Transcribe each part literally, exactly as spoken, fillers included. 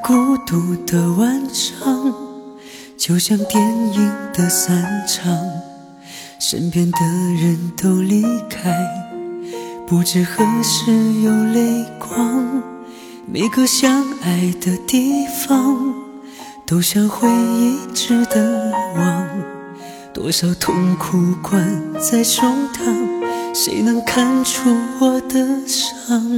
孤独的晚上，就像电影的散场，身边的人都离开，不知何时有泪光。每个相爱的地方，都像回忆值得忘。多少痛苦关在胸膛，谁能看出我的伤？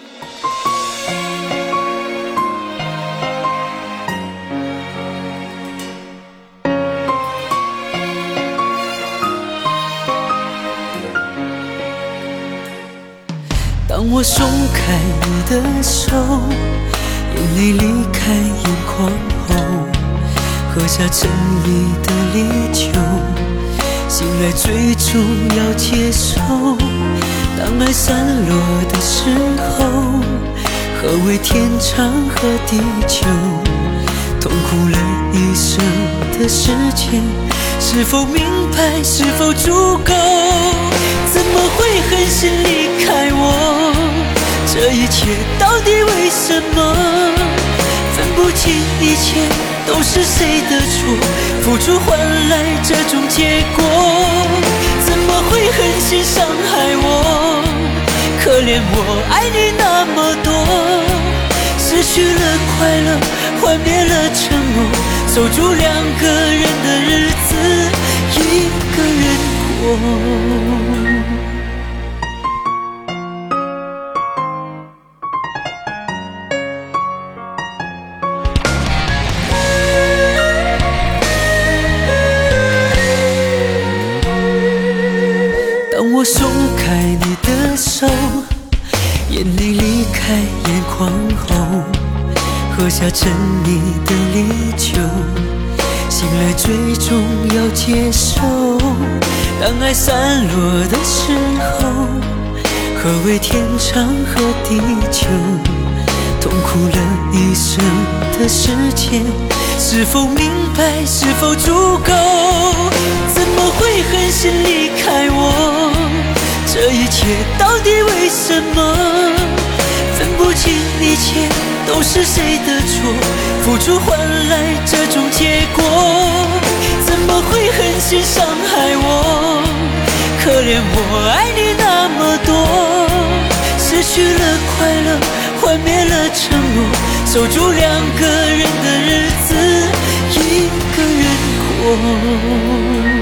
当我松开你的手，眼泪离开眼眶后，喝下沉溺的烈酒，醒来最终要接受。当爱散落的时候，何谓天长和地久？痛苦了一生的时间，是否明白，是否足够？怎么会狠心离开我？这一切到底为什么？分不清一切都是谁的错，付出换来这种结果。怎么会狠心伤害我？可怜我爱你那么多，失去了快乐，幻灭了承诺，守住两个人的日子，一个人过。当我松开你的手，眼泪离开眼眶后，喝下沉溺的烈酒，醒来最终要接受。当爱散落的时候，何谓天长和地久？痛苦了一生的时间，是否明白，是否足够？怎么会狠心离开我？这一切到底为什么？分不清一切都是谁的错，付出换来这种结果。怎么会狠心伤害我？可怜我爱你那么多，失去了快乐，幻灭了承诺，守住两个人的日子，一个人过。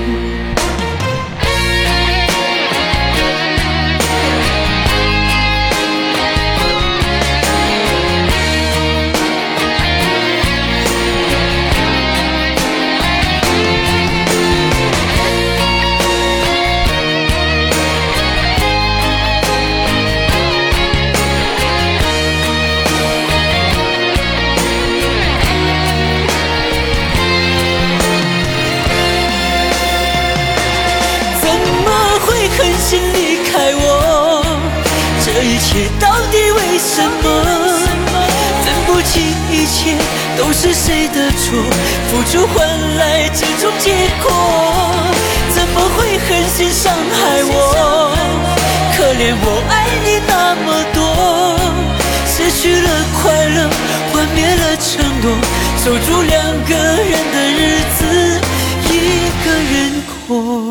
狠心离开我，这一切到底为什么？分不清一切都是谁的错，付出换来这种结果。怎么会狠心伤害我？可怜我爱你那么多，失去了快乐，幻灭了承诺，守住两个人的日子，一个人过。